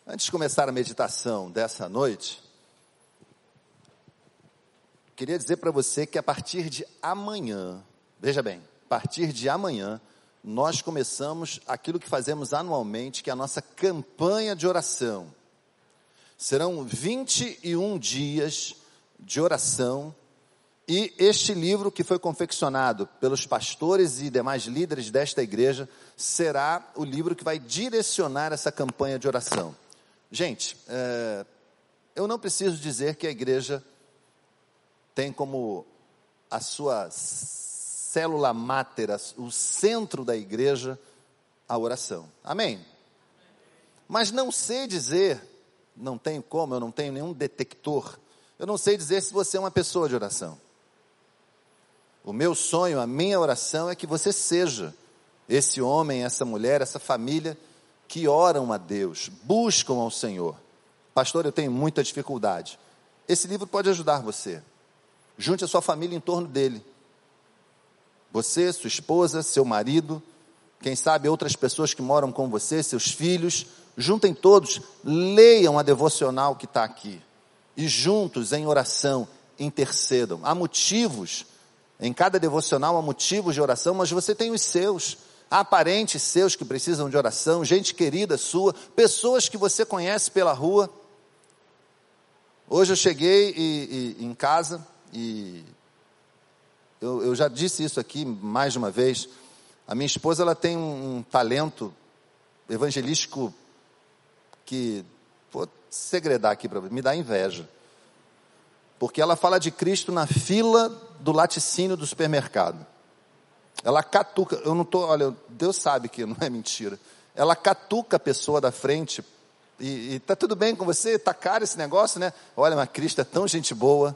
Antes de começar a meditação dessa noite, queria dizer para você que a partir de amanhã, veja bem, a partir de amanhã, nós começamos aquilo que fazemos anualmente, que é a nossa campanha de oração. Serão 21 dias de oração, e este livro que foi confeccionado pelos pastores e demais líderes desta igreja, será o livro que vai direcionar essa campanha de oração. Gente, eu não preciso dizer que a igreja tem como a sua célula máter, o centro da igreja, a oração. Amém? Mas não sei dizer, não tenho como, eu não tenho nenhum detector, eu não sei dizer se você é uma pessoa de oração. O meu sonho, a minha oração é que você seja esse homem, essa mulher, essa família que oram a Deus, buscam ao Senhor. Pastor, eu tenho muita dificuldade. Esse livro pode ajudar você. Junte a sua família em torno dele. Você, sua esposa, seu marido, quem sabe outras pessoas que moram com você, seus filhos, juntem todos, leiam a devocional que está aqui. E juntos, em oração, intercedam. Há motivos, em cada devocional há motivos de oração, mas você tem os seus. Há parentes seus que precisam de oração, gente querida sua, pessoas que você conhece pela rua. Hoje eu cheguei em casa e eu já disse isso aqui mais de uma vez. A minha esposa, ela tem um talento evangelístico que, vou segredar aqui para você, me dá inveja. Porque ela fala de Cristo na fila do laticínio do supermercado. Ela catuca, olha, Deus sabe que não é mentira. Ela catuca a pessoa da frente e tá tudo bem com você? Tá caro esse negócio, né? Olha, mas Cristo é tão gente boa.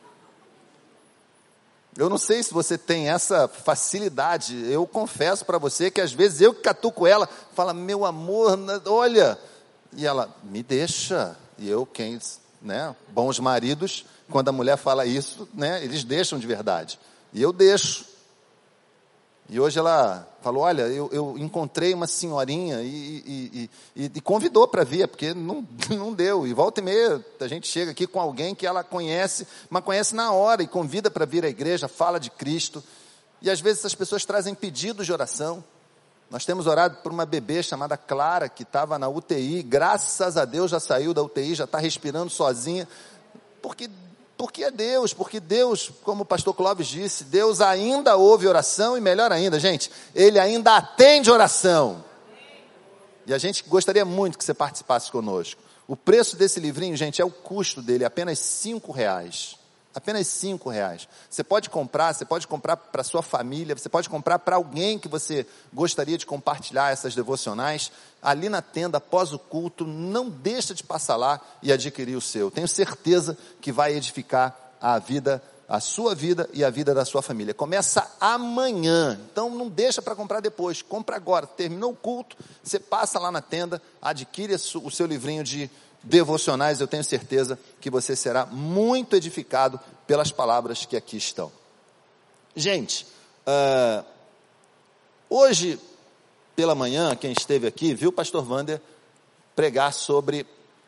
Eu não sei se você tem essa facilidade. Eu confesso para você que às vezes eu que catuco ela, fala, meu amor, olha. E ela, me deixa. E eu, bons maridos, quando a mulher fala isso, eles deixam de verdade. E eu deixo. E hoje ela falou, olha, eu encontrei uma senhorinha e convidou para vir, porque não deu. E volta e meia, a gente chega aqui com alguém que ela conhece, mas conhece na hora, e convida para vir à igreja, fala de Cristo. E às vezes essas pessoas trazem pedidos de oração. Nós temos orado por uma bebê chamada Clara, que estava na UTI, graças a Deus já saiu da UTI, já está respirando sozinha, porque é Deus, porque Deus, como o pastor Clóvis disse, Deus ainda ouve oração, e melhor ainda, gente, Ele ainda atende oração. E a gente gostaria muito que você participasse conosco. O preço desse livrinho, gente, é o custo dele, apenas R$5. Apenas R$5. Você pode comprar para sua família, você pode comprar para alguém que você gostaria de compartilhar essas devocionais. Ali na tenda, após o culto, não deixa de passar lá e adquirir o seu. Tenho certeza que vai edificar a sua vida e a vida da sua família. Começa amanhã, então não deixa para comprar depois, compra agora. Terminou o culto, você passa lá na tenda, adquire o seu livrinho de devocionais. Eu tenho certeza que você será muito edificado pelas palavras que aqui estão. Gente, hoje pela manhã, quem esteve aqui, viu o pastor Wander pregar sobre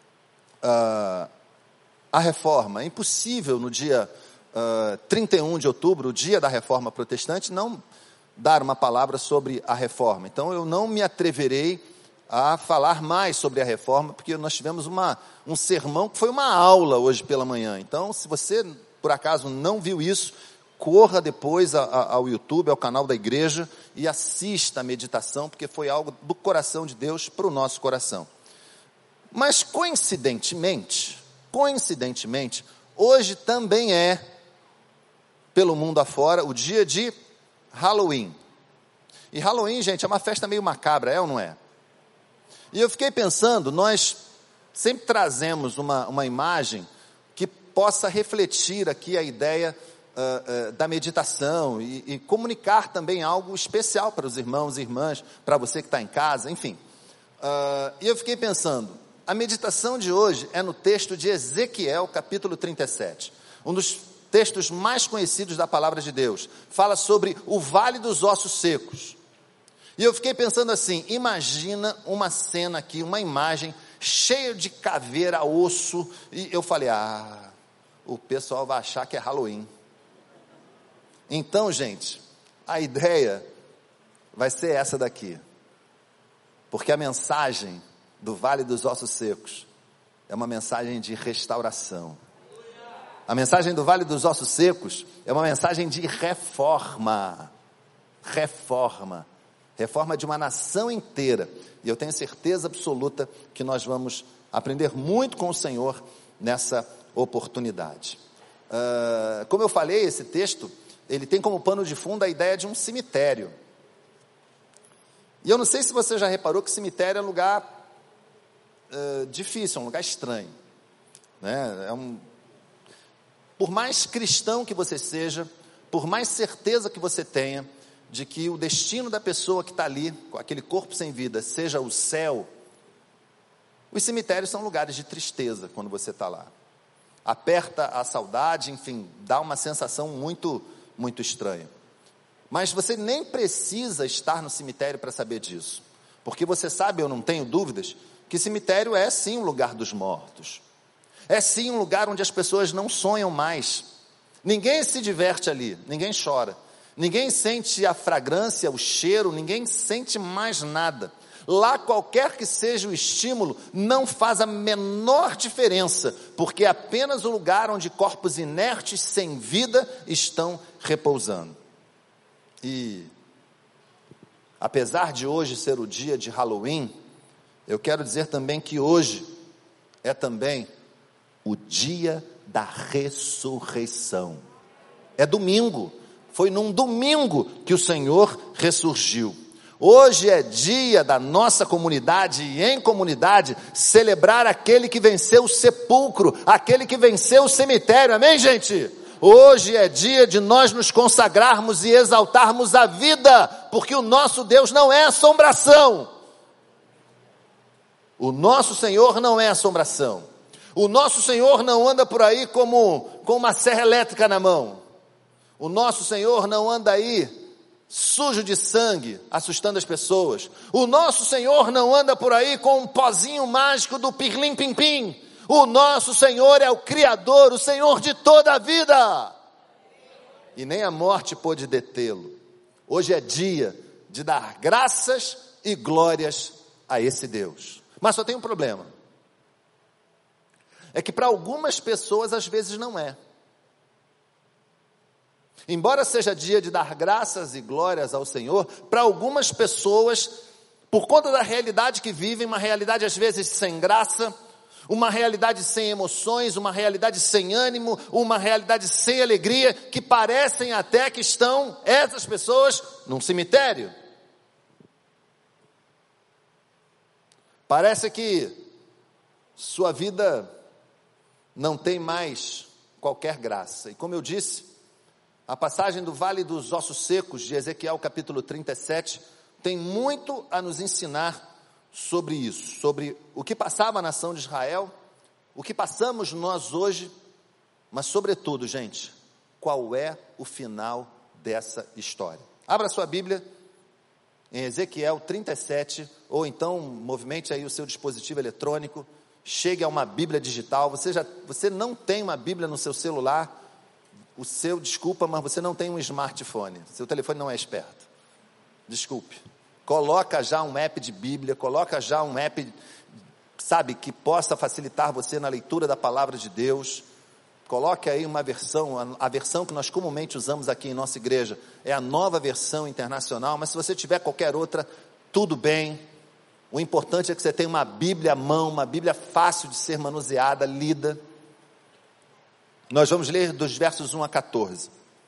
a reforma. É impossível no dia 31 de outubro, o dia da reforma protestante, não dar uma palavra sobre a reforma. Então eu não me atreverei a falar mais sobre a reforma, porque nós tivemos um sermão que foi uma aula hoje pela manhã. Então, se você, por acaso, não viu isso, corra depois ao YouTube, ao canal da igreja, e assista a meditação, porque foi algo do coração de Deus para o nosso coração. Mas, coincidentemente, hoje também é, pelo mundo afora, o dia de Halloween. E Halloween, gente, é uma festa meio macabra, é ou não é? E eu fiquei pensando, nós sempre trazemos uma imagem que possa refletir aqui a ideia da meditação e comunicar também algo especial para os irmãos e irmãs, para você que está em casa, enfim. E eu fiquei pensando, a meditação de hoje é no texto de Ezequiel, capítulo 37, um dos textos mais conhecidos da palavra de Deus. Fala sobre o vale dos ossos secos. E eu fiquei pensando assim, imagina uma cena aqui, uma imagem cheio de caveira, osso, e eu falei, o pessoal vai achar que é Halloween. Então, gente, a ideia vai ser essa daqui, porque a mensagem do Vale dos Ossos Secos é uma mensagem de restauração. A mensagem do Vale dos Ossos Secos é uma mensagem de reforma. Reforma de uma nação inteira. E eu tenho certeza absoluta que nós vamos aprender muito com o Senhor nessa oportunidade. Como eu falei, esse texto, ele tem como pano de fundo a ideia de um cemitério. E eu não sei se você já reparou que cemitério é um lugar difícil, é um lugar estranho, né? Por mais cristão que você seja, por mais certeza que você tenha de que o destino da pessoa que está ali, com aquele corpo sem vida, seja o céu, os cemitérios são lugares de tristeza quando você está lá. Aperta a saudade, enfim, dá uma sensação muito, muito estranha. Mas você nem precisa estar no cemitério para saber disso, porque você sabe, eu não tenho dúvidas, que cemitério é sim um lugar dos mortos. É sim um lugar onde as pessoas não sonham mais. Ninguém se diverte ali, ninguém chora. Ninguém sente a fragrância, o cheiro, ninguém sente mais nada. Lá, qualquer que seja o estímulo, não faz a menor diferença, porque é apenas o lugar onde corpos inertes, sem vida, estão repousando. E, apesar de hoje ser o dia de Halloween, eu quero dizer também que hoje é também o dia da ressurreição. É domingo, foi num domingo que o Senhor ressurgiu. Hoje é dia da nossa comunidade e em comunidade celebrar aquele que venceu o sepulcro, aquele que venceu o cemitério, amém, gente? Hoje é dia de nós nos consagrarmos e exaltarmos a vida, porque o nosso Deus não é assombração. O nosso Senhor não é assombração. O nosso Senhor não anda por aí com uma serra elétrica na mão. O nosso Senhor não anda aí sujo de sangue, assustando as pessoas. O nosso Senhor não anda por aí com um pozinho mágico do pirlim-pim-pim. O nosso Senhor é o Criador, o Senhor de toda a vida. E nem a morte pôde detê-lo. Hoje é dia de dar graças e glórias a esse Deus. Mas só tem um problema. É que para algumas pessoas às vezes não é. Embora seja dia de dar graças e glórias ao Senhor, para algumas pessoas, por conta da realidade que vivem, uma realidade às vezes sem graça, uma realidade sem emoções, uma realidade sem ânimo, uma realidade sem alegria, que parecem até que estão, essas pessoas, num cemitério. Parece que sua vida não tem mais qualquer graça. E como eu disse, a passagem do Vale dos Ossos Secos, de Ezequiel capítulo 37, tem muito a nos ensinar sobre isso, sobre o que passava a nação de Israel, o que passamos nós hoje, mas sobretudo, gente, qual é o final dessa história. Abra sua Bíblia em Ezequiel 37, ou então movimente aí o seu dispositivo eletrônico, chegue a uma Bíblia digital. Você não tem uma Bíblia no seu celular, desculpa, mas você não tem um smartphone, seu telefone não é esperto, desculpe, coloca já um app de Bíblia, coloca já um app, sabe, que possa facilitar você na leitura da palavra de Deus. Coloque aí uma versão, a versão que nós comumente usamos aqui em nossa igreja, é a Nova Versão Internacional, mas se você tiver qualquer outra, tudo bem. O importante é que você tenha uma Bíblia à mão, uma Bíblia fácil de ser manuseada, lida. Nós vamos ler dos versos 1 a 14.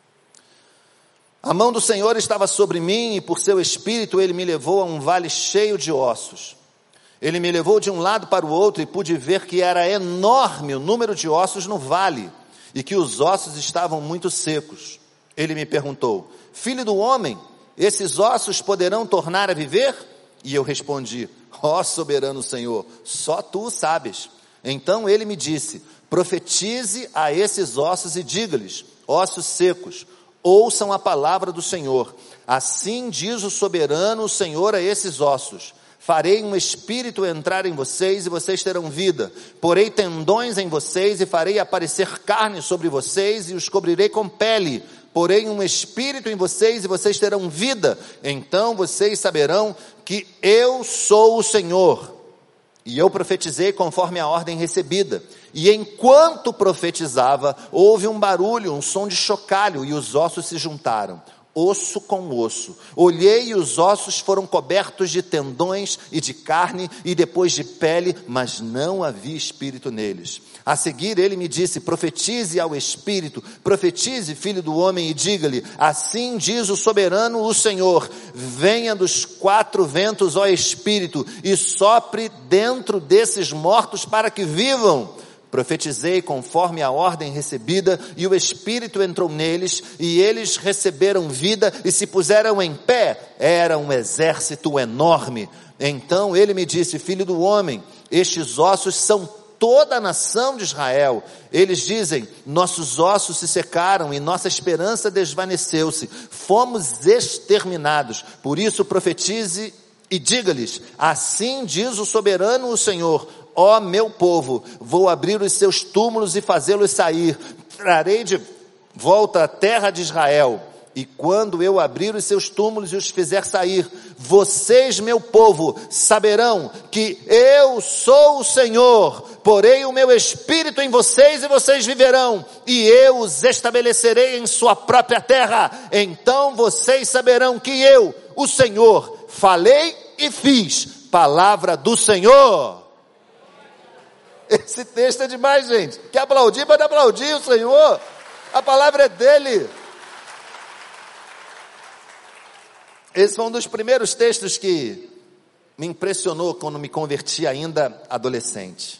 A mão do Senhor estava sobre mim, e por seu espírito ele me levou a um vale cheio de ossos. Ele me levou de um lado para o outro, e pude ver que era enorme o número de ossos no vale, e que os ossos estavam muito secos. Ele me perguntou: filho do homem, esses ossos poderão tornar a viver? E eu respondi: ó soberano Senhor, só tu o sabes. Então ele me disse: profetize a esses ossos e diga-lhes: ossos secos, ouçam a palavra do Senhor. Assim diz o soberano Senhor a esses ossos: Farei um espírito entrar em vocês e vocês terão vida. Porei tendões em vocês e farei aparecer carne sobre vocês e os cobrirei com pele. Porei um espírito em vocês e vocês terão vida. Então vocês saberão que eu sou o Senhor. E eu profetizei conforme a ordem recebida. E enquanto profetizava, houve um barulho, um som de chocalho, e os ossos se juntaram, osso com osso. Olhei e os ossos foram cobertos de tendões e de carne e depois de pele, mas não havia espírito neles. A seguir ele me disse: profetize ao espírito, profetize, filho do homem, e diga-lhe: assim diz o soberano, o Senhor, venha dos quatro ventos, ó espírito, e sopre dentro desses mortos para que vivam. Profetizei conforme a ordem recebida, e o Espírito entrou neles, e eles receberam vida, e se puseram em pé. Era um exército enorme. Então ele me disse: filho do homem, estes ossos são toda a nação de Israel. Eles dizem: nossos ossos se secaram, e nossa esperança desvaneceu-se. Fomos exterminados. Por isso profetize e diga-lhes: assim diz o soberano, o Senhor, ó meu povo, vou abrir os seus túmulos e fazê-los sair, trarei de volta a terra de Israel, e quando eu abrir os seus túmulos e os fizer sair, vocês, meu povo, saberão que eu sou o Senhor. Porei o meu espírito em vocês e vocês viverão, e eu os estabelecerei em sua própria terra. Então vocês saberão que eu, o Senhor, falei e fiz. Palavra do Senhor. Esse texto é demais, gente. Quer aplaudir? Pode aplaudir o Senhor. A palavra é dele. Esse foi um dos primeiros textos que me impressionou quando me converti ainda adolescente.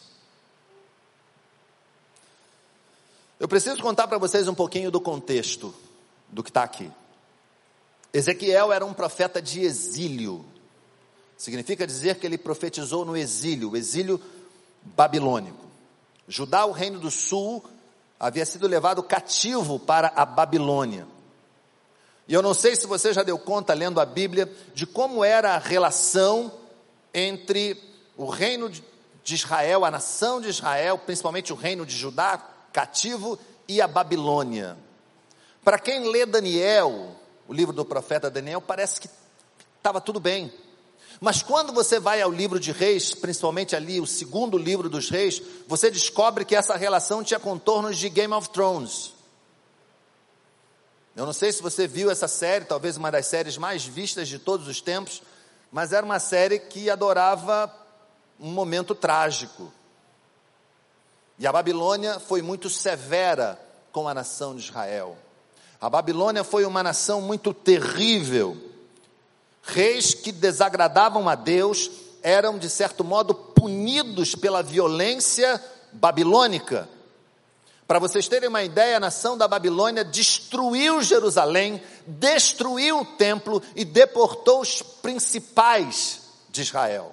Eu preciso contar para vocês um pouquinho do contexto do que está aqui. Ezequiel era um profeta de exílio. Significa dizer que ele profetizou no exílio, o exílio babilônico. Judá, o reino do sul, havia sido levado cativo para a Babilônia. E eu não sei se você já deu conta, lendo a Bíblia, de como era a relação entre o reino de Israel, a nação de Israel, principalmente o reino de Judá, cativo, e a Babilônia. Para quem lê Daniel, o livro do profeta Daniel, parece que estava tudo bem. Mas quando você vai ao livro de Reis, principalmente ali o segundo livro dos Reis, você descobre que essa relação tinha contornos de Game of Thrones. Eu não sei se você viu essa série, talvez uma das séries mais vistas de todos os tempos, mas era uma série que adorava um momento trágico. E a Babilônia foi muito severa com a nação de Israel. A Babilônia foi uma nação muito terrível. Reis que desagradavam a Deus eram, de certo modo, punidos pela violência babilônica. Para vocês terem uma ideia, a nação da Babilônia destruiu Jerusalém, destruiu o templo e deportou os principais de Israel.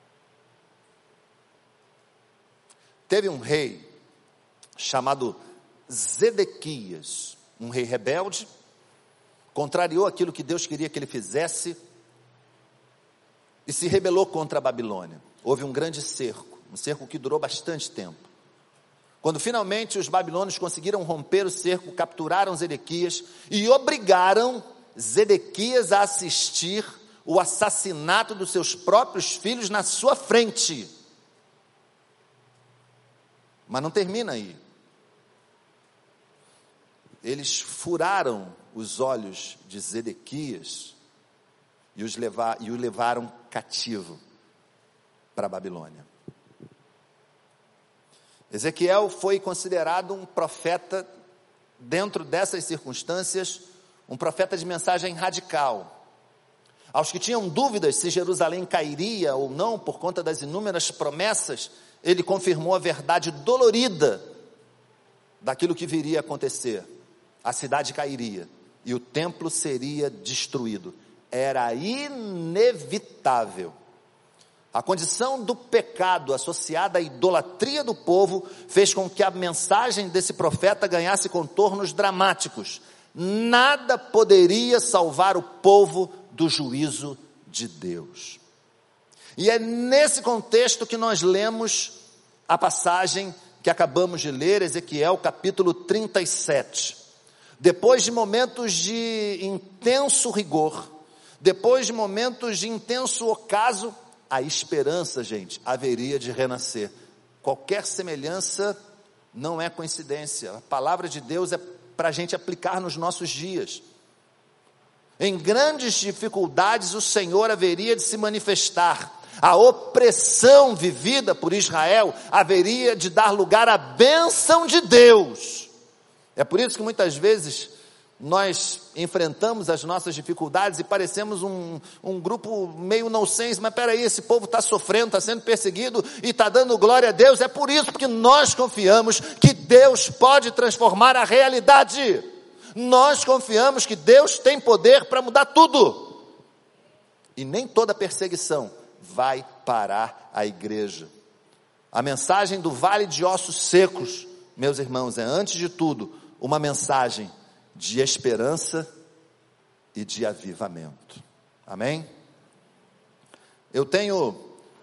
Teve um rei chamado Zedequias, um rei rebelde, contrariou aquilo que Deus queria que ele fizesse e se rebelou contra a Babilônia. Houve um grande cerco, um cerco que durou bastante tempo. Quando finalmente os babilônios conseguiram romper o cerco, capturaram Zedequias e obrigaram Zedequias a assistir o assassinato dos seus próprios filhos na sua frente. Mas não termina aí. Eles furaram os olhos de Zedequias e o levaram cativo para a Babilônia. Ezequiel foi considerado um profeta, dentro dessas circunstâncias, um profeta de mensagem radical. Aos que tinham dúvidas se Jerusalém cairia ou não, por conta das inúmeras promessas, ele confirmou a verdade dolorida daquilo que viria a acontecer. A cidade cairia e o templo seria destruído. Era inevitável. A condição do pecado associada à idolatria do povo fez com que a mensagem desse profeta ganhasse contornos dramáticos. Nada poderia salvar o povo do juízo de Deus. E é nesse contexto que nós lemos a passagem que acabamos de ler, Ezequiel capítulo 37. Depois de momentos de intenso rigor, depois de momentos de intenso ocaso, a esperança, gente, haveria de renascer. Qualquer semelhança não é coincidência. A palavra de Deus é para a gente aplicar nos nossos dias. Em grandes dificuldades, o Senhor haveria de se manifestar. A opressão vivida por Israel haveria de dar lugar à bênção de Deus. É por isso que muitas vezes nós enfrentamos as nossas dificuldades e parecemos um grupo meio nonsense, mas peraí, esse povo está sofrendo, está sendo perseguido e está dando glória a Deus. É por isso porque nós confiamos que Deus pode transformar a realidade. Nós confiamos que Deus tem poder para mudar tudo. E nem toda perseguição vai parar a igreja. A mensagem do vale de ossos secos, meus irmãos, é antes de tudo uma mensagem de esperança e de avivamento. Amém? Eu tenho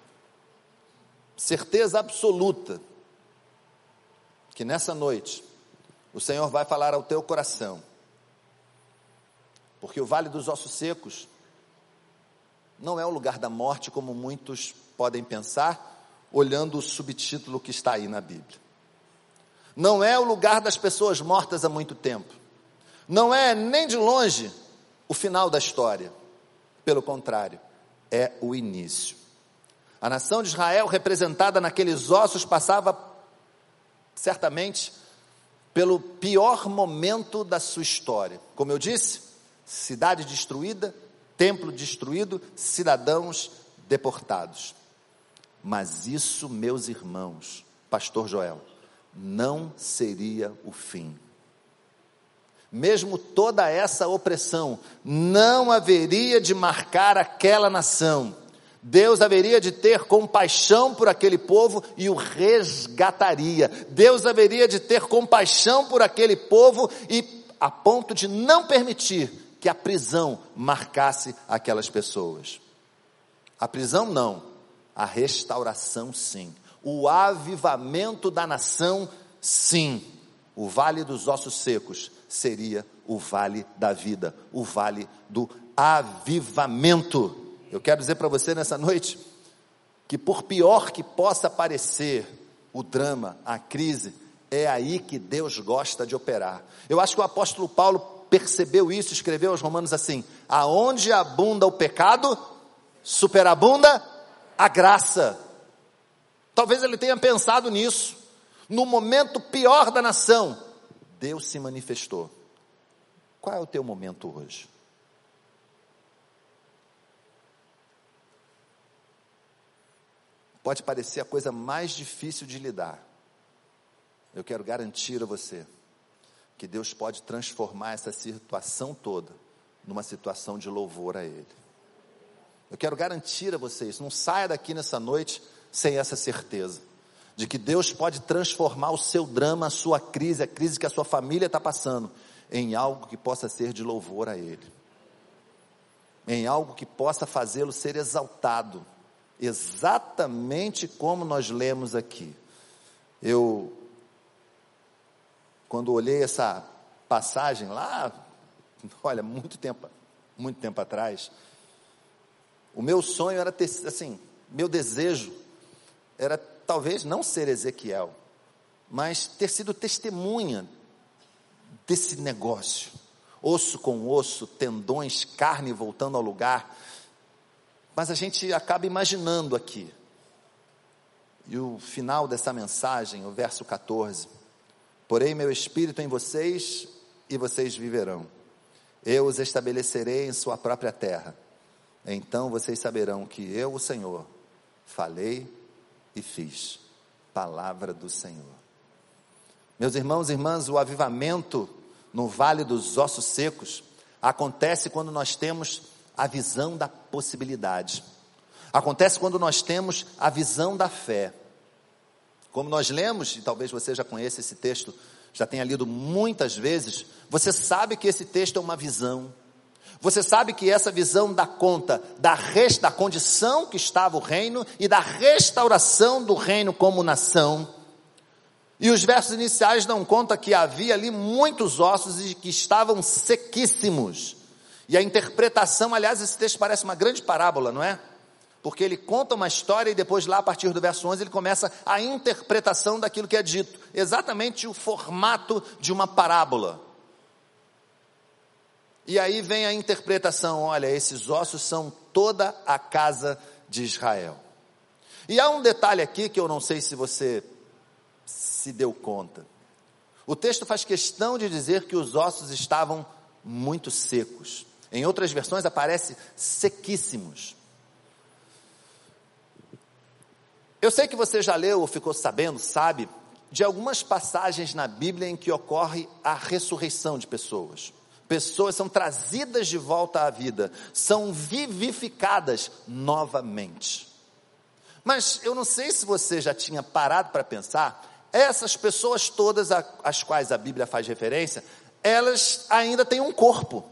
certeza absoluta que nessa noite o Senhor vai falar ao teu coração, porque o vale dos ossos secos não é o lugar da morte como muitos podem pensar, olhando o subtítulo que está aí na Bíblia. Não é o lugar das pessoas mortas há muito tempo. Não é nem de longe o final da história. Pelo contrário, é o início. A nação de Israel, representada naqueles ossos, passava certamente pelo pior momento da sua história. Como eu disse, cidade destruída, templo destruído, cidadãos deportados. Mas isso, meus irmãos, pastor Joel, não seria o fim. Mesmo toda essa opressão não haveria de marcar aquela nação. Deus haveria de ter compaixão por aquele povo e o resgataria. Deus haveria de ter compaixão por aquele povo e a ponto de não permitir que a prisão marcasse aquelas pessoas. A prisão não, a restauração sim. O avivamento da nação sim. O vale dos ossos secos seria o vale da vida, o vale do avivamento. Eu quero dizer para você nessa noite, que por pior que possa parecer o drama, a crise, é aí que Deus gosta de operar. Eu acho que o apóstolo Paulo percebeu isso, escreveu aos Romanos assim: aonde abunda o pecado, superabunda a graça. Talvez ele tenha pensado nisso. No momento pior da nação, Deus se manifestou. Qual é o teu momento hoje? Pode parecer a coisa mais difícil de lidar. Eu quero garantir a você que Deus pode transformar essa situação toda numa situação de louvor a Ele. Eu quero garantir a você isso. Não saia daqui nessa noite sem essa certeza de que Deus pode transformar o seu drama, a sua crise, a crise que a sua família está passando, em algo que possa ser de louvor a Ele, em algo que possa fazê-lo ser exaltado, exatamente como nós lemos aqui. Eu, quando olhei essa passagem lá, olha, muito tempo atrás, o meu sonho era ter, assim, meu desejo era talvez não ser Ezequiel, mas ter sido testemunha desse negócio, osso com osso, tendões, carne voltando ao lugar. Mas a gente acaba imaginando aqui, e o final dessa mensagem, o verso 14, porém meu espírito em vocês, e vocês viverão, eu os estabelecerei em sua própria terra, então vocês saberão que eu, o Senhor, falei e fiz. Palavra do Senhor. Meus irmãos e irmãs, o avivamento no vale dos ossos secos acontece quando nós temos a visão da possibilidade. Acontece quando nós temos a visão da fé. Como nós lemos, e talvez você já conheça esse texto, já tenha lido muitas vezes, você sabe que esse texto é uma visão. Você sabe que essa visão dá conta da condição que estava o reino e da restauração do reino como nação. E os versos iniciais dão conta que havia ali muitos ossos e que estavam sequíssimos. E a interpretação, aliás, esse texto parece uma grande parábola, não é? Porque ele conta uma história e depois lá a partir do verso 11 ele começa a interpretação daquilo que é dito. Exatamente o formato de uma parábola. E aí vem a interpretação, olha, esses ossos são toda a casa de Israel. E há um detalhe aqui que eu não sei se você se deu conta. O texto faz questão de dizer que os ossos estavam muito secos. Em outras versões aparece sequíssimos. Eu sei que você já leu ou ficou sabendo, sabe, de algumas passagens na Bíblia em que ocorre a ressurreição de pessoas. Pessoas são trazidas de volta à vida, são vivificadas novamente. Mas eu não sei se você já tinha parado para pensar, essas pessoas todas às quais a Bíblia faz referência, elas ainda têm um corpo.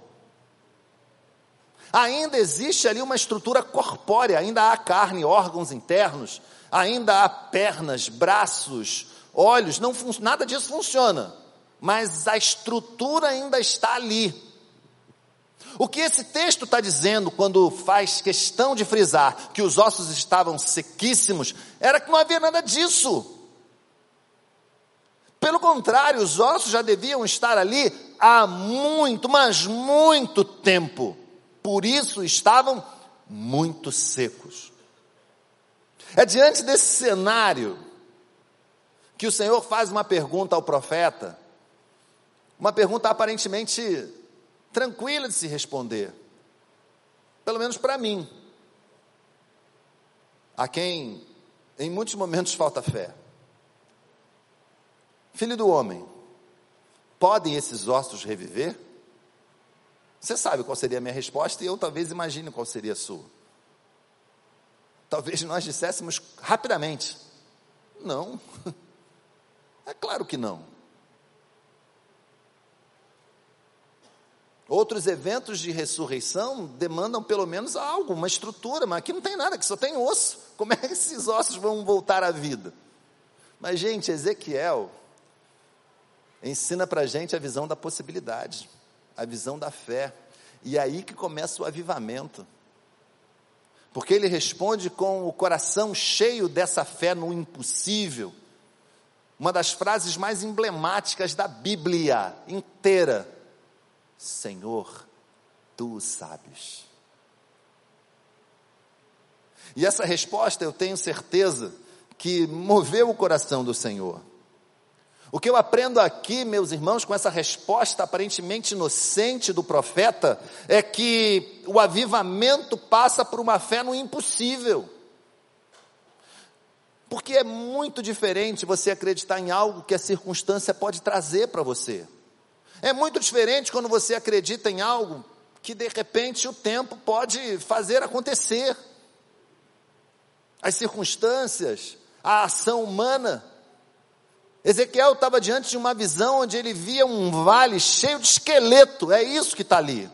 Ainda existe ali uma estrutura corpórea, ainda há carne, órgãos internos, ainda há pernas, braços, olhos, nada disso funciona. Mas a estrutura ainda está ali. O que esse texto está dizendo quando faz questão de frisar que os ossos estavam sequíssimos, era que não havia nada disso. Pelo contrário, os ossos já deviam estar ali há muito, mas muito tempo. Por isso estavam muito secos. É diante desse cenário que o Senhor faz uma pergunta ao profeta, uma pergunta aparentemente tranquila de se responder, pelo menos para mim, a quem em muitos momentos falta fé. Filho do homem, podem esses ossos reviver? Você sabe qual seria a minha resposta e eu talvez imagine qual seria a sua. Talvez nós disséssemos rapidamente, não, é claro que não. Outros eventos de ressurreição demandam pelo menos algo, uma estrutura, mas aqui não tem nada, aqui só tem osso. Como é que esses ossos vão voltar à vida? Mas, gente, Ezequiel ensina para a gente a visão da possibilidade, a visão da fé. E é aí que começa o avivamento. Porque ele responde com o coração cheio dessa fé no impossível. Uma das frases mais emblemáticas da Bíblia inteira. Senhor, tu o sabes. E essa resposta eu tenho certeza que moveu o coração do Senhor. O que eu aprendo aqui, meus irmãos, com essa resposta aparentemente inocente do profeta, é que o avivamento passa por uma fé no impossível. Porque é muito diferente você acreditar em algo que a circunstância pode trazer para você. É muito diferente quando você acredita em algo que de repente o tempo pode fazer acontecer. As circunstâncias, a ação humana. Ezequiel estava diante de uma visão onde ele via um vale cheio de esqueleto, é isso que está ali.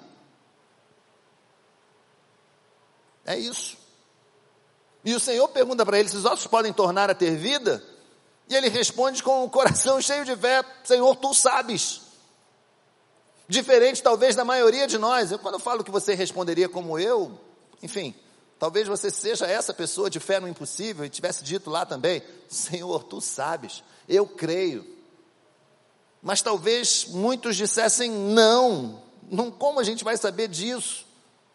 É isso. E o Senhor pergunta para ele, se os ossos podem tornar a ter vida? E ele responde com o coração cheio de fé, Senhor, tu sabes. Diferente talvez da maioria de nós. Quando eu falo que você responderia como eu, enfim, talvez você seja essa pessoa de fé no impossível e tivesse dito lá também, Senhor, tu sabes, eu creio. Mas talvez muitos dissessem não, como a gente vai saber disso?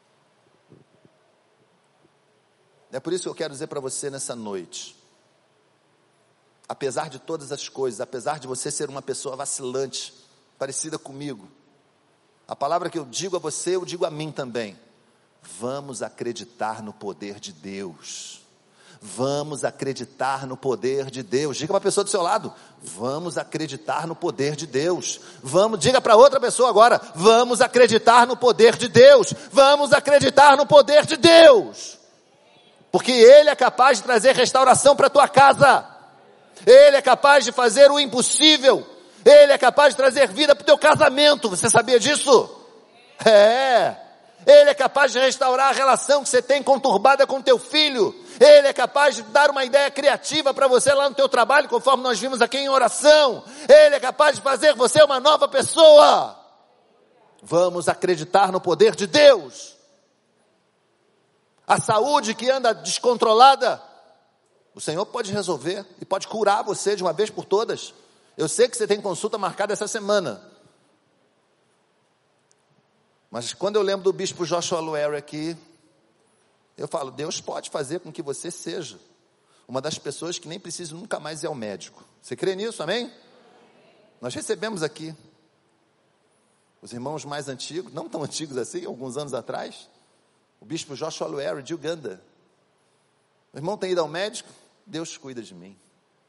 É por isso que eu quero dizer para você nessa noite, apesar de todas as coisas, apesar de você ser uma pessoa vacilante, parecida comigo, a palavra que eu digo a você, eu digo a mim também. Vamos acreditar no poder de Deus. Vamos acreditar no poder de Deus. Diga para a pessoa do seu lado, vamos acreditar no poder de Deus. Diga para outra pessoa agora, vamos acreditar no poder de Deus. Vamos acreditar no poder de Deus. Porque Ele é capaz de trazer restauração para a tua casa. Ele é capaz de fazer o impossível. Ele é capaz de trazer vida para o teu casamento. Você sabia disso? Ele é capaz de restaurar a relação que você tem conturbada com teu filho. Ele é capaz de dar uma ideia criativa para você lá no teu trabalho, conforme nós vimos aqui em oração. Ele é capaz de fazer você uma nova pessoa. Vamos acreditar no poder de Deus. A saúde que anda descontrolada, o Senhor pode resolver e pode curar você de uma vez por todas. Eu sei que você tem consulta marcada essa semana. Mas quando eu lembro do bispo Joshua Lowery aqui, eu falo, Deus pode fazer com que você seja uma das pessoas que nem precisa nunca mais ir ao médico. Você crê nisso, amém? Nós recebemos aqui os irmãos mais antigos, não tão antigos assim, alguns anos atrás, o bispo Joshua Lowery de Uganda. O irmão tem ido ao médico, Deus cuida de mim.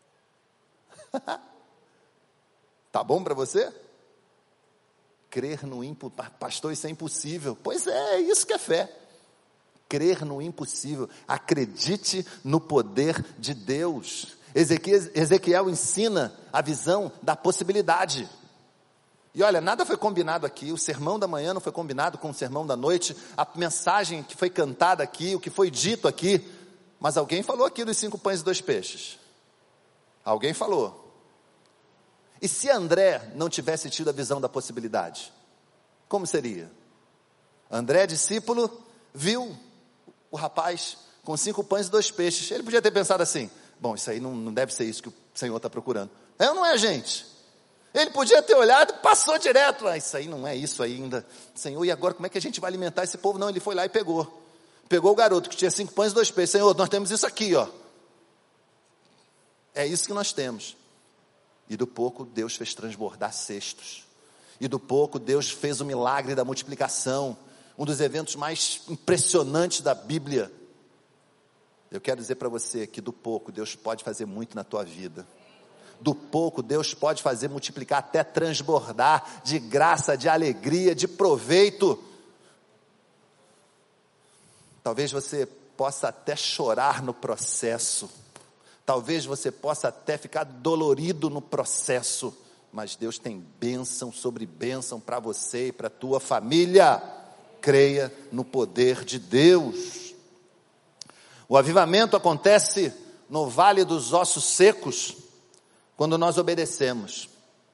Tá bom para você? Crer no impossível, pastor, isso é impossível. Pois é isso que é fé. Crer no impossível. Acredite no poder de Deus. Ezequiel ensina a visão da possibilidade. E olha, nada foi combinado aqui. O sermão da manhã não foi combinado com o sermão da noite. A mensagem que foi cantada aqui, o que foi dito aqui. Mas alguém falou aqui dos 5 pães e 2 peixes. Alguém falou. E se André não tivesse tido a visão da possibilidade? Como seria? André, discípulo, viu o rapaz com 5 pães e 2 peixes. Ele podia ter pensado assim, bom, isso aí não deve ser isso que o Senhor está procurando. É ou não é, gente? Ele podia ter olhado e passou direto. Isso aí não é isso ainda. Senhor, e agora como é que a gente vai alimentar esse povo? Não, ele foi lá e pegou. Pegou o garoto que tinha 5 pães e 2 peixes. Senhor, nós temos isso aqui, ó. É isso que nós temos. E do pouco Deus fez transbordar cestos. E do pouco Deus fez o milagre da multiplicação. Um dos eventos mais impressionantes da Bíblia. Eu quero dizer para você que do pouco Deus pode fazer muito na tua vida. Do pouco Deus pode fazer multiplicar até transbordar de graça, de alegria, de proveito. Talvez você possa até chorar no processo. Talvez você possa até ficar dolorido no processo, mas Deus tem bênção sobre bênção para você e para a tua família. Creia no poder de Deus. O avivamento acontece no vale dos ossos secos, quando nós obedecemos.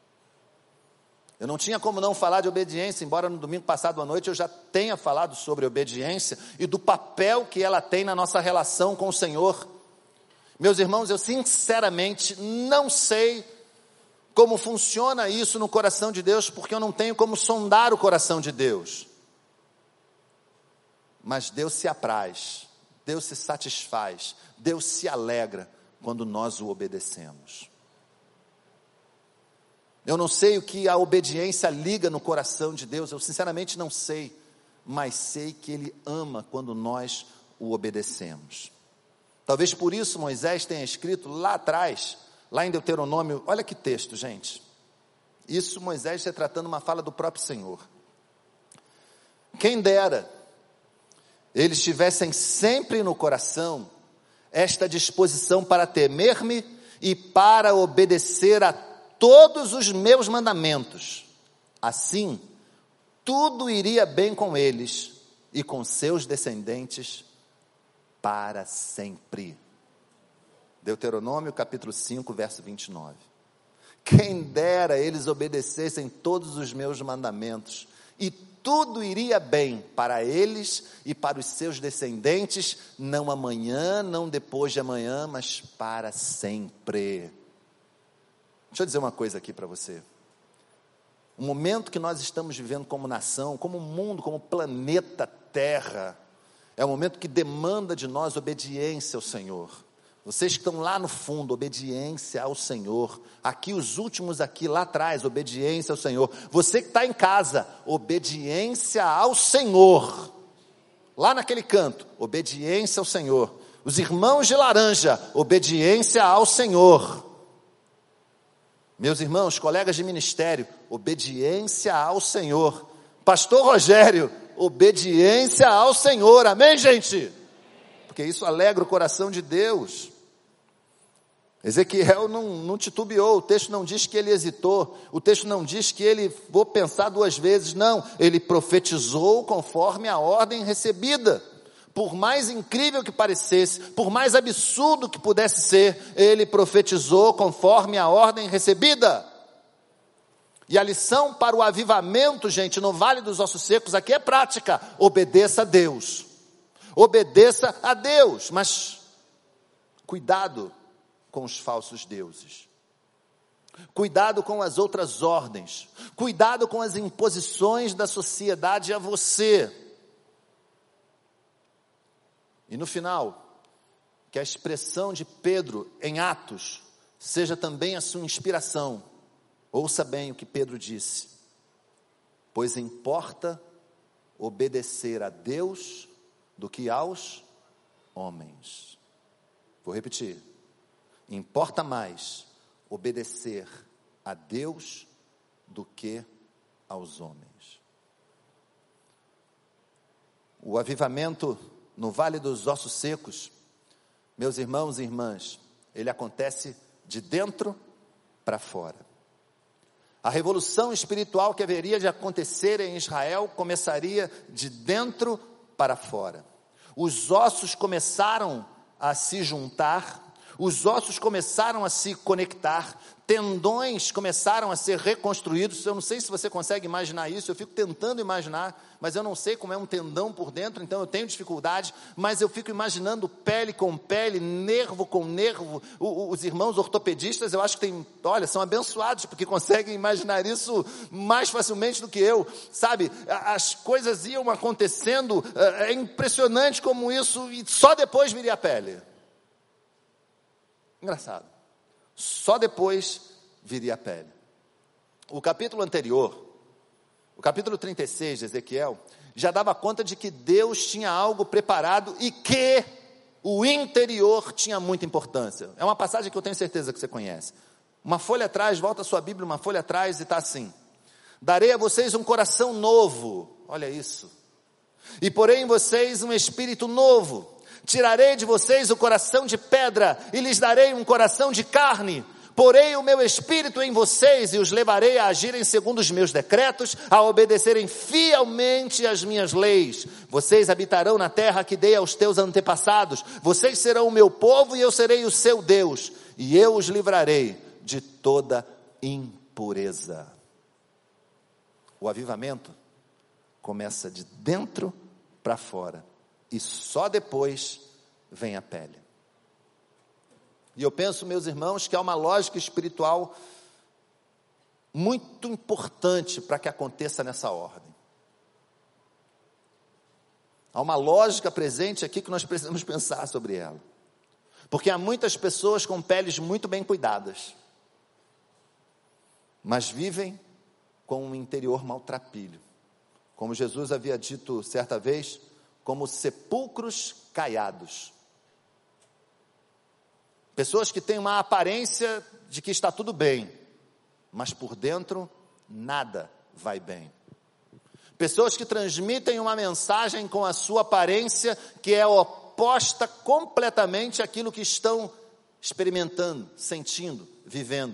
Eu não tinha como não falar de obediência, embora no domingo passado à noite eu já tenha falado sobre obediência e do papel que ela tem na nossa relação com o Senhor. Meus irmãos, eu sinceramente não sei como funciona isso no coração de Deus, porque eu não tenho como sondar o coração de Deus. Mas Deus se apraz, Deus se satisfaz, Deus se alegra quando nós o obedecemos. Eu não sei o que a obediência liga no coração de Deus, eu sinceramente não sei, mas sei que Ele ama quando nós o obedecemos. Talvez por isso Moisés tenha escrito lá atrás, lá em Deuteronômio, olha que texto, gente. Isso Moisés está tratando uma fala do próprio Senhor. Quem dera eles tivessem sempre no coração esta disposição para temer-me e para obedecer a todos os meus mandamentos. Assim, tudo iria bem com eles e com seus descendentes para sempre. Deuteronômio capítulo 5, verso 29. Quem dera eles obedecessem todos os meus mandamentos, e tudo iria bem para eles e para os seus descendentes, não amanhã, não depois de amanhã, mas para sempre. Deixa eu dizer uma coisa aqui para você. O momento que nós estamos vivendo como nação, como mundo, como planeta Terra, é um momento que demanda de nós obediência ao Senhor. Vocês que estão lá no fundo, obediência ao Senhor. Aqui os últimos aqui, lá atrás, obediência ao Senhor. Você que está em casa, obediência ao Senhor. Lá naquele canto, obediência ao Senhor. Os irmãos de laranja, obediência ao Senhor. Meus irmãos, colegas de ministério, obediência ao Senhor. Pastor Rogério, obediência ao Senhor, amém, gente? Porque isso alegra o coração de Deus. Ezequiel não titubeou, o texto não diz que ele hesitou, o texto não diz que ele vou pensar duas vezes, não, ele profetizou conforme a ordem recebida. Por mais incrível que parecesse, por mais absurdo que pudesse ser, ele profetizou conforme a ordem recebida. E a lição para o avivamento, gente, no Vale dos Ossos Secos, aqui é prática: obedeça a Deus. Obedeça a Deus, mas cuidado com os falsos deuses. Cuidado com as outras ordens. Cuidado com as imposições da sociedade a você. E no final, que a expressão de Pedro em Atos seja também a sua inspiração. Ouça bem o que Pedro disse: pois importa obedecer a Deus do que aos homens. Vou repetir: importa mais obedecer a Deus do que aos homens. O avivamento no Vale dos Ossos Secos, meus irmãos e irmãs, ele acontece de dentro para fora. A revolução espiritual que haveria de acontecer em Israel começaria de dentro para fora. Os ossos começaram a se juntar, os ossos começaram a se conectar, tendões começaram a ser reconstruídos. Eu não sei se você consegue imaginar isso, eu fico tentando imaginar, mas eu não sei como é um tendão por dentro, então eu tenho dificuldade, mas eu fico imaginando pele com pele, nervo com nervo. Os irmãos ortopedistas, eu acho que são abençoados, porque conseguem imaginar isso mais facilmente do que eu, sabe? As coisas iam acontecendo, é impressionante como isso, e só depois viria a pele. Engraçado. Só depois viria a pele. O capítulo anterior, o capítulo 36 de Ezequiel, já dava conta de que Deus tinha algo preparado e que o interior tinha muita importância. É uma passagem que eu tenho certeza que você conhece. Uma folha atrás, volta a sua Bíblia, uma folha atrás, e está assim: darei a vocês um coração novo, olha isso, e porei em vocês um espírito novo. Tirarei de vocês o coração de pedra e lhes darei um coração de carne. Porei o meu espírito em vocês e os levarei a agirem segundo os meus decretos, a obedecerem fielmente às minhas leis. Vocês habitarão na terra que dei aos teus antepassados. Vocês serão o meu povo e eu serei o seu Deus. E eu os livrarei de toda impureza. O avivamento começa de dentro para fora. E só depois vem a pele. E eu penso, meus irmãos, que há uma lógica espiritual muito importante para que aconteça nessa ordem. Há uma lógica presente aqui que nós precisamos pensar sobre ela. Porque há muitas pessoas com peles muito bem cuidadas, mas vivem com um interior maltrapilho. Como Jesus havia dito certa vez, como sepulcros caiados. Pessoas que têm uma aparência de que está tudo bem, mas por dentro nada vai bem. Pessoas que transmitem uma mensagem com a sua aparência que é oposta completamente àquilo que estão experimentando, sentindo, vivendo.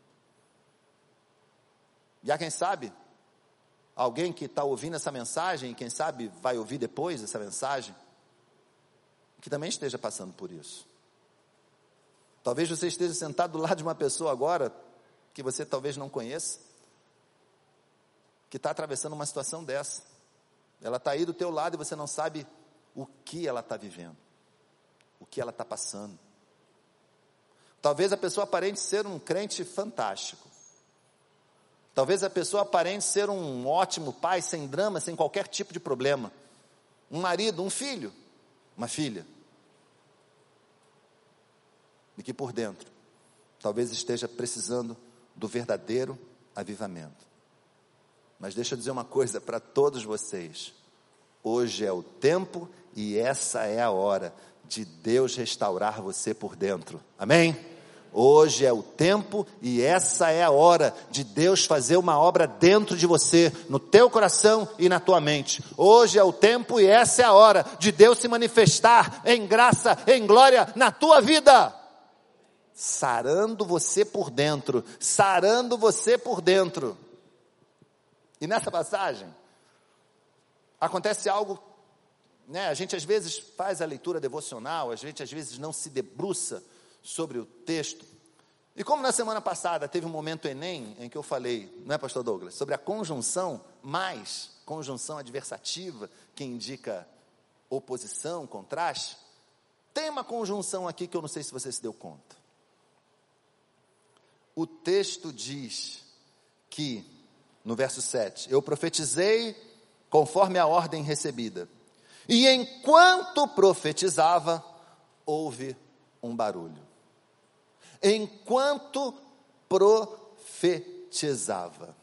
E há quem sabe, alguém que está ouvindo essa mensagem, e quem sabe vai ouvir depois essa mensagem, que também esteja passando por isso. Talvez você esteja sentado do lado de uma pessoa agora, que você talvez não conheça, que está atravessando uma situação dessa. Ela está aí do teu lado e você não sabe o que ela está vivendo, o que ela está passando. Talvez a pessoa aparente ser um crente fantástico. Talvez a pessoa aparente ser um ótimo pai, sem drama, sem qualquer tipo de problema. Um marido, um filho, uma filha. E que por dentro, talvez esteja precisando do verdadeiro avivamento. Mas deixa eu dizer uma coisa para todos vocês. Hoje é o tempo e essa é a hora de Deus restaurar você por dentro. Amém? Hoje é o tempo e essa é a hora de Deus fazer uma obra dentro de você, no teu coração e na tua mente. Hoje é o tempo e essa é a hora de Deus se manifestar em graça, em glória na tua vida. sarando você por dentro, sarando você por dentro. E nessa passagem, acontece algo, né? A gente às vezes faz a leitura devocional, a gente às vezes não se debruça sobre o texto. E como na semana passada teve um momento Enem, em que eu falei, não é, pastor Douglas, sobre a conjunção mais, conjunção adversativa, que indica oposição, contraste, tem uma conjunção aqui que eu não sei se você se deu conta. O texto diz que, no verso 7, eu profetizei conforme a ordem recebida. E enquanto profetizava, houve um barulho. Enquanto profetizava.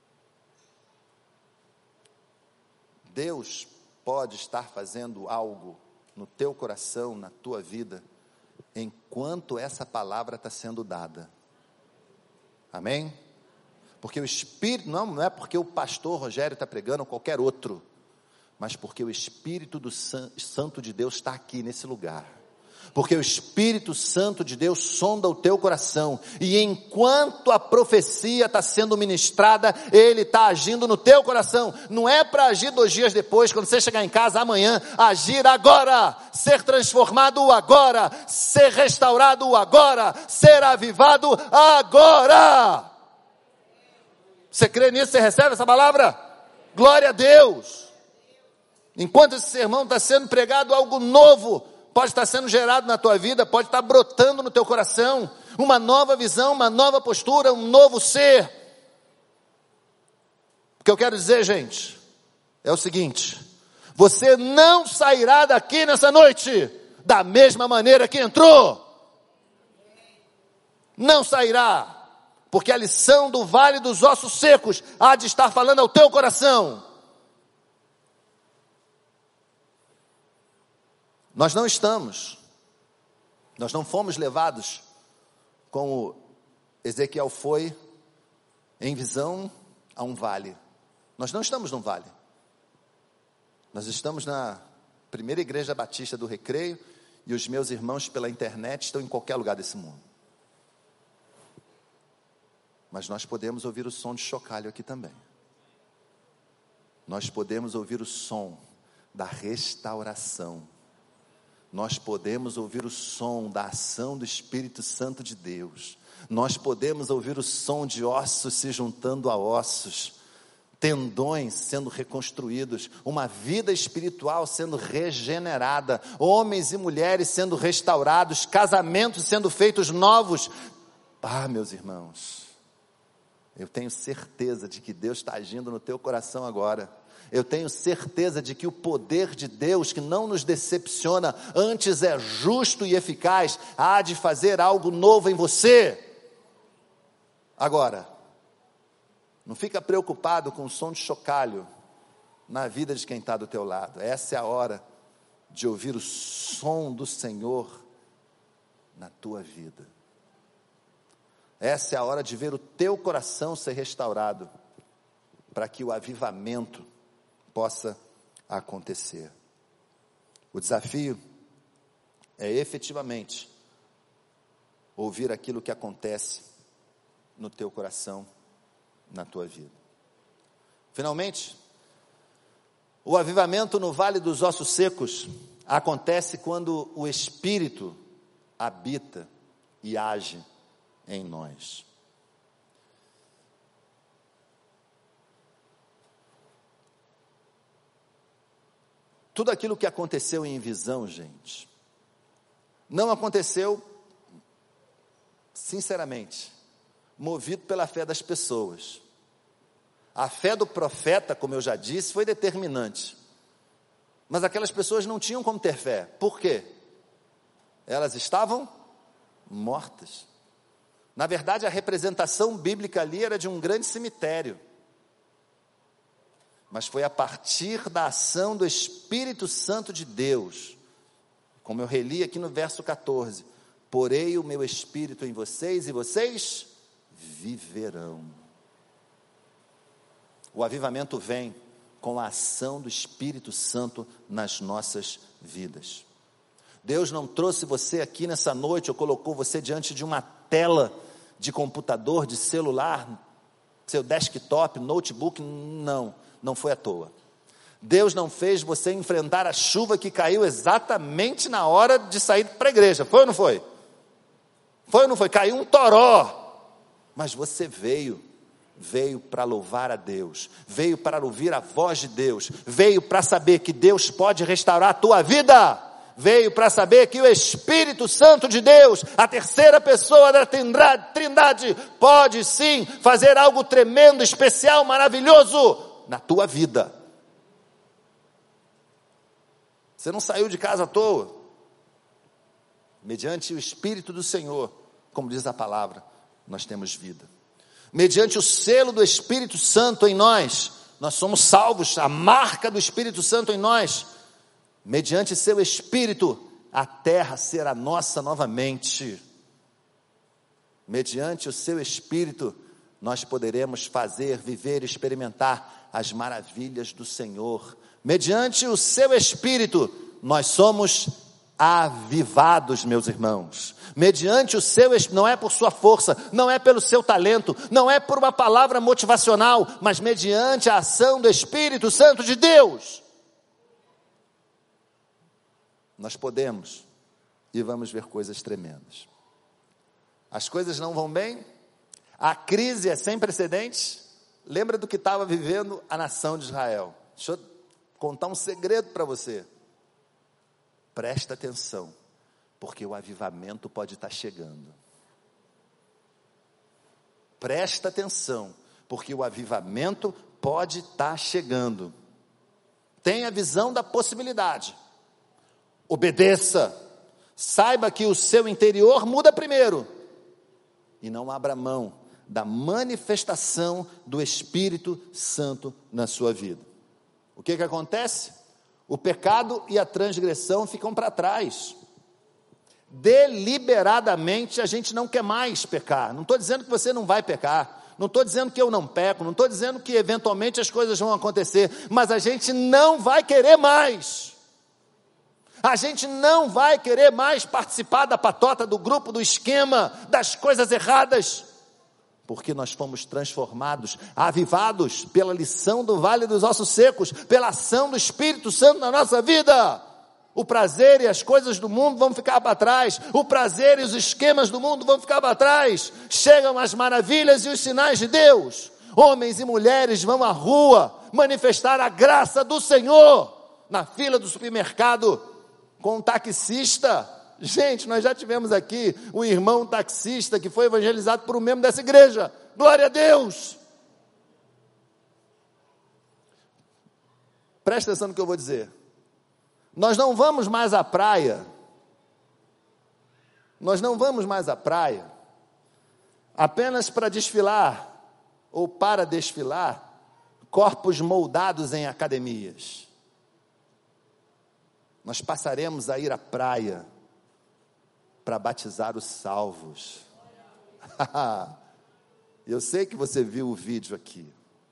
Deus pode estar fazendo algo no teu coração, na tua vida, enquanto essa palavra está sendo dada. Amém? Porque o Espírito, não é porque o pastor Rogério está pregando ou qualquer outro, mas porque o Espírito do Santo de Deus está aqui nesse lugar. Porque o Espírito Santo de Deus sonda o teu coração, e enquanto a profecia está sendo ministrada, Ele está agindo no teu coração. Não é para agir 2 dias depois, quando você chegar em casa amanhã, agir agora, ser transformado agora, ser restaurado agora, ser avivado agora. Você crê nisso? Você recebe essa palavra? Glória a Deus. Enquanto esse sermão está sendo pregado, algo novo pode estar sendo gerado na tua vida, pode estar brotando no teu coração, uma nova visão, uma nova postura, um novo ser. O que eu quero dizer, gente, é o seguinte: você não sairá daqui nessa noite da mesma maneira que entrou. Não sairá, porque a lição do vale dos ossos secos há de estar falando ao teu coração. Nós não fomos levados como Ezequiel foi em visão a um vale. Nós não estamos num vale. Nós estamos na primeira igreja batista do Recreio, e os meus irmãos pela internet estão em qualquer lugar desse mundo. Mas nós podemos ouvir o som de chocalho aqui também. Nós podemos ouvir o som da restauração. Nós podemos ouvir o som da ação do Espírito Santo de Deus. Nós podemos ouvir o som de ossos se juntando a ossos, tendões sendo reconstruídos, uma vida espiritual sendo regenerada, homens e mulheres sendo restaurados, casamentos sendo feitos novos. Meus irmãos, eu tenho certeza de que Deus está agindo no teu coração agora. Eu tenho certeza de que o poder de Deus, que não nos decepciona, antes é justo e eficaz, há de fazer algo novo em você. Agora, não fica preocupado com o som de chocalho na vida de quem está do teu lado. Essa é a hora de ouvir o som do Senhor na tua vida. Essa é a hora de ver o teu coração ser restaurado, para que o avivamento possa acontecer. O desafio é efetivamente ouvir aquilo que acontece no teu coração, na tua vida. Finalmente, o avivamento no vale dos ossos secos acontece quando o Espírito habita e age em nós. Tudo aquilo que aconteceu em visão, gente, não aconteceu, sinceramente, movido pela fé das pessoas. A fé do profeta, como eu já disse, foi determinante. Mas aquelas pessoas não tinham como ter fé. Por quê? Elas estavam mortas. Na verdade, a representação bíblica ali era de um grande cemitério. Mas foi a partir da ação do Espírito Santo de Deus, como eu reli aqui no verso 14, porei o meu Espírito em vocês e vocês viverão. O avivamento vem com a ação do Espírito Santo nas nossas vidas. Deus não trouxe você aqui nessa noite, ou colocou você diante de uma tela de computador, de celular, seu desktop, notebook, não foi à toa. Deus não fez você enfrentar a chuva que caiu exatamente na hora de sair para a igreja, foi ou não foi? Foi ou não foi? Caiu um toró, mas você veio para louvar a Deus, veio para ouvir a voz de Deus, veio para saber que Deus pode restaurar a tua vida, veio para saber que o Espírito Santo de Deus, a terceira pessoa da Trindade, pode sim fazer algo tremendo, especial, maravilhoso na tua vida. Você não saiu de casa à toa. Mediante o Espírito do Senhor, como diz a palavra, nós temos vida. Mediante o selo do Espírito Santo em nós somos salvos, a marca do Espírito Santo em nós. Mediante seu Espírito, a terra será nossa novamente. Mediante o seu Espírito, nós poderemos fazer, viver, experimentar as maravilhas do Senhor. Mediante o seu Espírito, nós somos avivados, meus irmãos. Mediante o seu Espírito, não é por sua força, não é pelo seu talento, não é por uma palavra motivacional, mas mediante a ação do Espírito Santo de Deus, nós podemos e vamos ver coisas tremendas. As coisas não vão bem, a crise é sem precedentes. Lembra do que estava vivendo a nação de Israel. Deixa eu contar um segredo para você. Presta atenção, porque o avivamento pode estar chegando. Presta atenção, porque o avivamento pode estar chegando. Tenha a visão da possibilidade. Obedeça. Saiba que o seu interior muda primeiro. E não abra mão da manifestação do Espírito Santo na sua vida. O que acontece? O pecado e a transgressão ficam para trás. Deliberadamente a gente não quer mais pecar. Não estou dizendo que você não vai pecar. Não estou dizendo que eu não peco. Não estou dizendo que eventualmente as coisas vão acontecer. Mas a gente não vai querer mais. A gente não vai querer mais participar da patota, do grupo, do esquema, das coisas erradas. Porque nós fomos transformados, avivados pela lição do Vale dos Ossos Secos, pela ação do Espírito Santo na nossa vida. O prazer e as coisas do mundo vão ficar para trás. O prazer e os esquemas do mundo vão ficar para trás. Chegam as maravilhas e os sinais de Deus. Homens e mulheres vão à rua manifestar a graça do Senhor. Na fila do supermercado, com um taxista. Gente, nós já tivemos aqui um irmão taxista que foi evangelizado por um membro dessa igreja. Glória a Deus! Presta atenção no que eu vou dizer. Nós não vamos mais à praia. Nós não vamos mais à praia apenas para desfilar ou para desfilar corpos moldados em academias. Nós passaremos a ir à praia para batizar os salvos. Eu sei que você viu o vídeo aqui.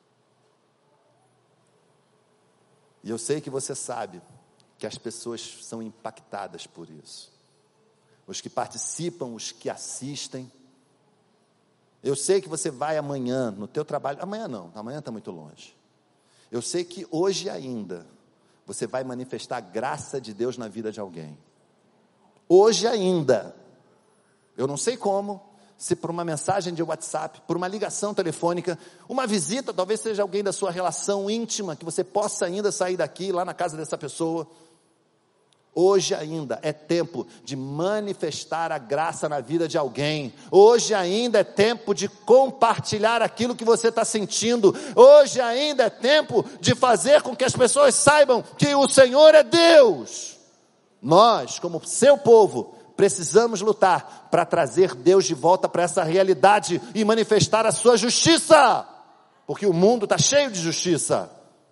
E eu sei que você sabe que as pessoas são impactadas por isso. Os que participam, os que assistem. Eu sei que você vai amanhã no teu trabalho. Amanhã não, amanhã está muito longe. Eu sei que hoje ainda você vai manifestar a graça de Deus na vida de alguém. Hoje ainda, eu não sei como, se por uma mensagem de WhatsApp, por uma ligação telefônica, uma visita, talvez seja alguém da sua relação íntima, que você possa ainda sair daqui, lá na casa dessa pessoa. Hoje ainda é tempo de manifestar a graça na vida de alguém. Hoje ainda é tempo de compartilhar aquilo que você está sentindo. Hoje ainda é tempo de fazer com que as pessoas saibam que o Senhor é Deus. Nós, como seu povo, precisamos lutar para trazer Deus de volta para essa realidade e manifestar a sua justiça, porque o mundo está cheio de justiça.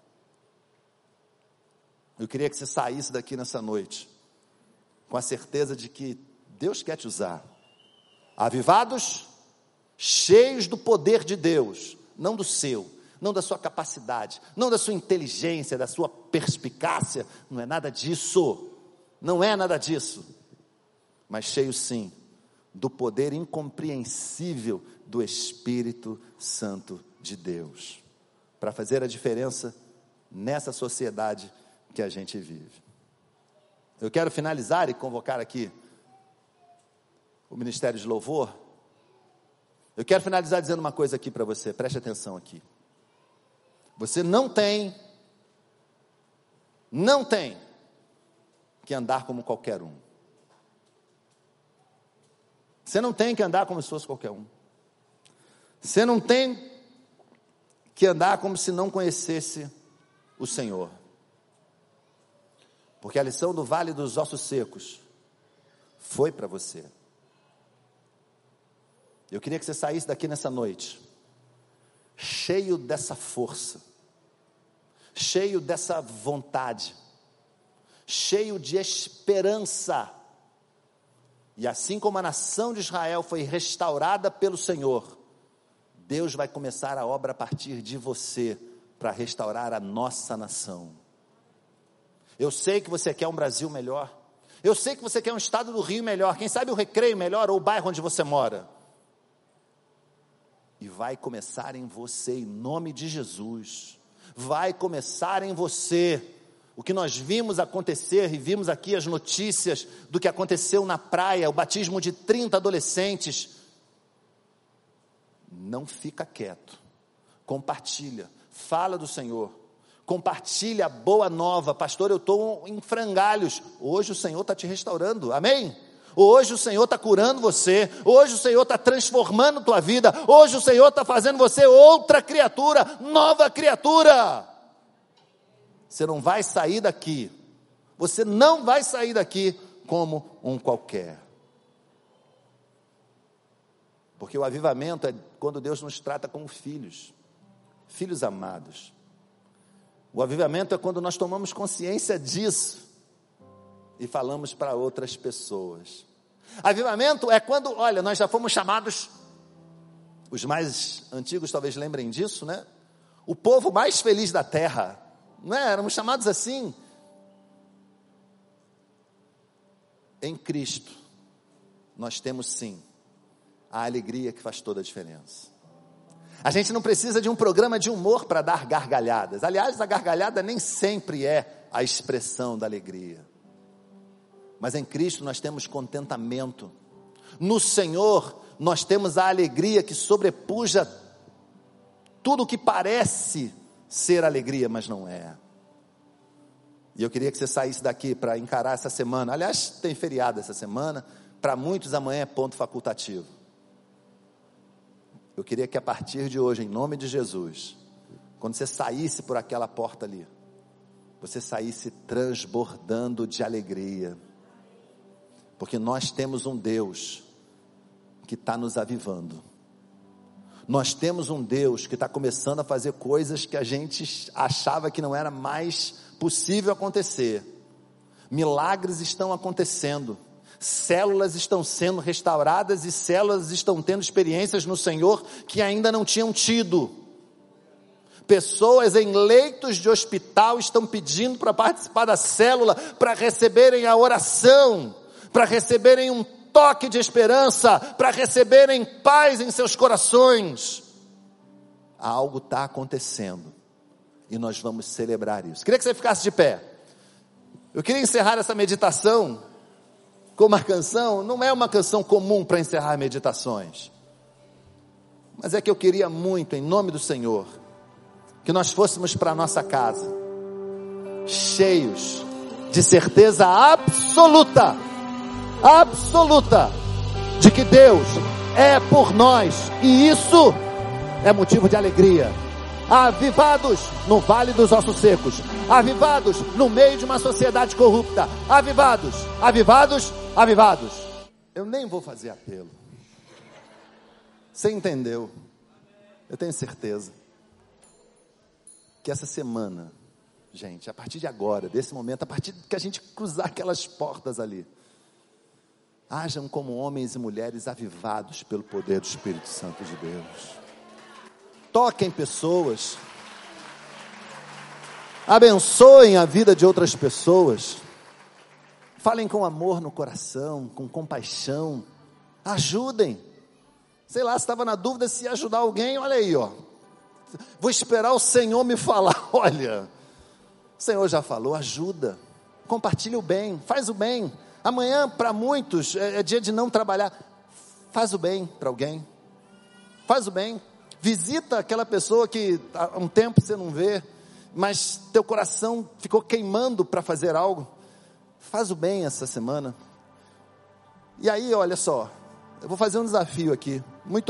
Eu queria que você saísse daqui nessa noite com a certeza de que Deus quer te usar, avivados, cheios do poder de Deus, não do seu, não da sua capacidade, não da sua inteligência, da sua perspicácia, não é nada disso. Não é nada disso, mas cheio sim do poder incompreensível do Espírito Santo de Deus, para fazer a diferença nessa sociedade que a gente vive. Eu quero finalizar e convocar aqui o Ministério de Louvor. Eu quero finalizar dizendo uma coisa aqui para você, preste atenção aqui. Você não tem que andar como qualquer um. Você não tem que andar como se fosse qualquer um. Você não tem que andar como se não conhecesse o Senhor. Porque a lição do Vale dos Ossos Secos foi para você. Eu queria que você saísse daqui nessa noite, cheio dessa força, cheio dessa vontade, cheio de esperança. E assim como a nação de Israel foi restaurada pelo Senhor, Deus vai começar a obra a partir de você, para restaurar a nossa nação. Eu sei que você quer um Brasil melhor, eu sei que você quer um estado do Rio melhor, quem sabe o Recreio melhor, ou o bairro onde você mora. E vai começar em você, em nome de Jesus, vai começar em você. O que nós vimos acontecer, e vimos aqui as notícias do que aconteceu na praia, o batismo de 30 adolescentes, não fica quieto, compartilha, fala do Senhor, compartilha a boa nova. Pastor, eu estou em frangalhos, hoje o Senhor está te restaurando, amém? Hoje o Senhor está curando você, hoje o Senhor está transformando a tua vida, hoje o Senhor está fazendo você outra criatura, nova criatura. Você não vai sair daqui, você não vai sair daqui como um qualquer. Porque o avivamento é quando Deus nos trata como filhos, filhos amados. O avivamento é quando nós tomamos consciência disso e falamos para outras pessoas. Avivamento é quando, olha, nós já fomos chamados, os mais antigos talvez lembrem disso, né? O povo mais feliz da terra, não é? Éramos chamados assim. Em Cristo, nós temos sim a alegria que faz toda a diferença. A gente não precisa de um programa de humor para dar gargalhadas. Aliás, a gargalhada nem sempre é a expressão da alegria. Mas em Cristo nós temos contentamento. No Senhor nós temos a alegria que sobrepuja tudo que parece ser alegria, mas não é. E eu queria que você saísse daqui para encarar essa semana. Aliás, tem feriado essa semana. Para muitos amanhã é ponto facultativo. Eu queria que a partir de hoje, em nome de Jesus, quando você saísse por aquela porta ali, você saísse transbordando de alegria. Porque nós temos um Deus que está nos avivando. Nós temos um Deus que está começando a fazer coisas que a gente achava que não era mais possível acontecer. Milagres estão acontecendo. Células estão sendo restauradas e células estão tendo experiências no Senhor que ainda não tinham tido. Pessoas em leitos de hospital estão pedindo para participar da célula, para receberem a oração, para receberem um toque de esperança, para receberem paz em seus corações. Algo está acontecendo e nós vamos celebrar isso. Queria que você ficasse de pé. Eu queria encerrar essa meditação com uma canção. Não é uma canção comum para encerrar meditações, mas é que eu queria muito, em nome do Senhor, que nós fôssemos para a nossa casa cheios de certeza absoluta de que Deus é por nós, e isso é motivo de alegria. Avivados no Vale dos Ossos Secos, avivados no meio de uma sociedade corrupta, avivados. Eu nem vou fazer apelo, você entendeu? Eu tenho certeza que essa semana, gente, a partir de agora, desse momento, a partir que a gente cruzar aquelas portas ali, hajam como homens e mulheres avivados pelo poder do Espírito Santo de Deus. Toquem pessoas, abençoem a vida de outras pessoas, falem com amor no coração, com compaixão, Ajudem. Sei lá, se estava na dúvida se ia ajudar alguém, olha aí, ó. Vou esperar o Senhor me falar. Olha, o Senhor já falou, ajuda. Compartilha o bem, faz o bem. Amanhã, para muitos, é dia de não trabalhar. Faz o bem para alguém. Faz o bem. Visita aquela pessoa que há um tempo você não vê, mas teu coração ficou queimando para fazer algo. Faz o bem essa semana. E aí, olha só, eu vou fazer um desafio aqui.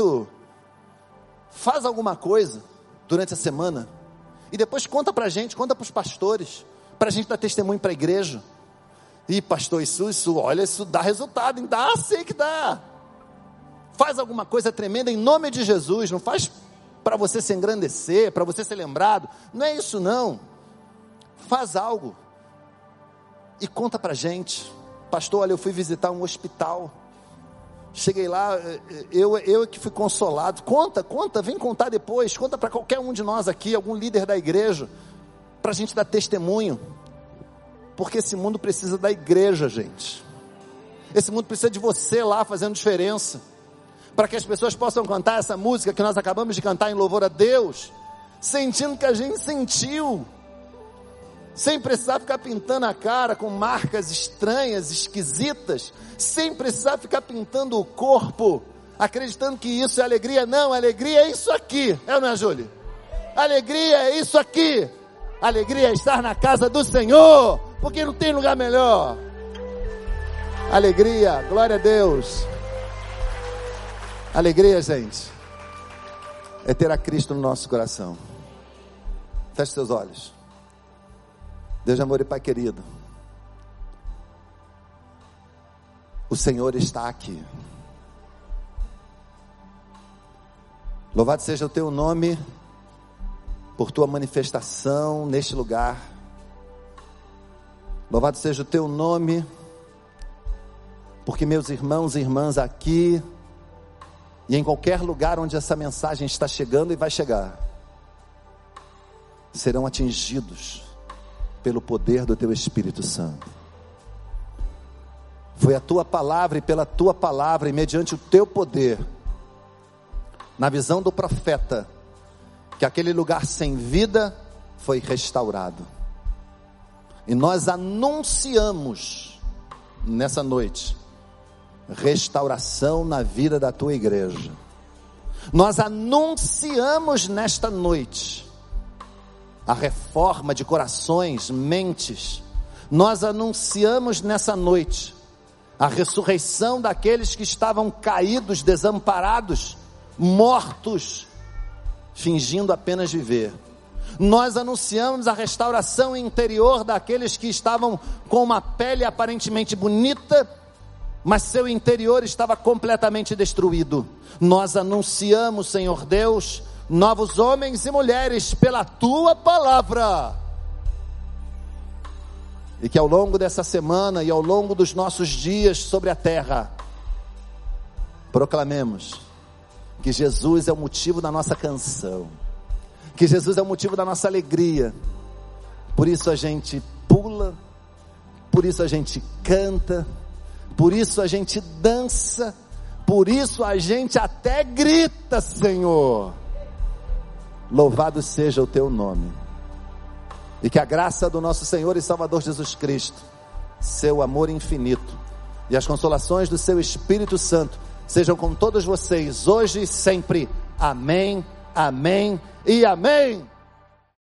Faz alguma coisa durante a semana e depois conta para a gente, conta para os pastores, para a gente dar testemunho para a igreja. E pastor, isso dá resultado, hein? Dá, sei que dá. Faz alguma coisa tremenda em nome de Jesus. Não faz para você se engrandecer, para você ser lembrado, não é isso não. Faz algo e conta para a gente. Pastor, olha, eu fui visitar um hospital, cheguei lá, eu que fui consolado. Conta, vem contar depois, conta para qualquer um de nós aqui, algum líder da igreja, para a gente dar testemunho, porque esse mundo precisa da igreja, gente. Esse mundo precisa de você lá fazendo diferença, para que as pessoas possam cantar essa música que nós acabamos de cantar em louvor a Deus, sentindo que a gente sentiu, sem precisar ficar pintando a cara com marcas estranhas, esquisitas, sem precisar ficar pintando o corpo, acreditando que isso é alegria. Não, alegria é isso aqui, é ou não é, Júlia? Alegria é isso aqui. Alegria é estar na casa do Senhor, porque não tem lugar melhor. Alegria, glória a Deus. Alegria, gente, é ter a Cristo no nosso coração. Feche seus olhos. Deus de amor e Pai querido, o Senhor está aqui. Louvado seja o teu nome por tua manifestação neste lugar. Louvado seja o teu nome, porque meus irmãos e irmãs aqui e em qualquer lugar onde essa mensagem está chegando e vai chegar, serão atingidos pelo poder do teu Espírito Santo. Foi a tua palavra e pela tua palavra e mediante o teu poder, na visão do profeta, que aquele lugar sem vida foi restaurado. E nós anunciamos nessa noite restauração na vida da tua igreja. Nós anunciamos nesta noite a reforma de corações, mentes. Nós anunciamos nessa noite a ressurreição daqueles que estavam caídos, desamparados, mortos, fingindo apenas viver. Nós anunciamos a restauração interior daqueles que estavam com uma pele aparentemente bonita, mas seu interior estava completamente destruído. Nós anunciamos, Senhor Deus, novos homens e mulheres pela tua palavra, e que ao longo dessa semana e ao longo dos nossos dias sobre a terra, proclamemos que Jesus é o motivo da nossa canção, que Jesus é o motivo da nossa alegria. Por isso a gente pula, por isso a gente canta, por isso a gente dança, por isso a gente até grita, Senhor. Louvado seja o teu nome, e que a graça do nosso Senhor e Salvador Jesus Cristo, seu amor infinito e as consolações do seu Espírito Santo sejam com todos vocês hoje e sempre. Amém, amém e amém.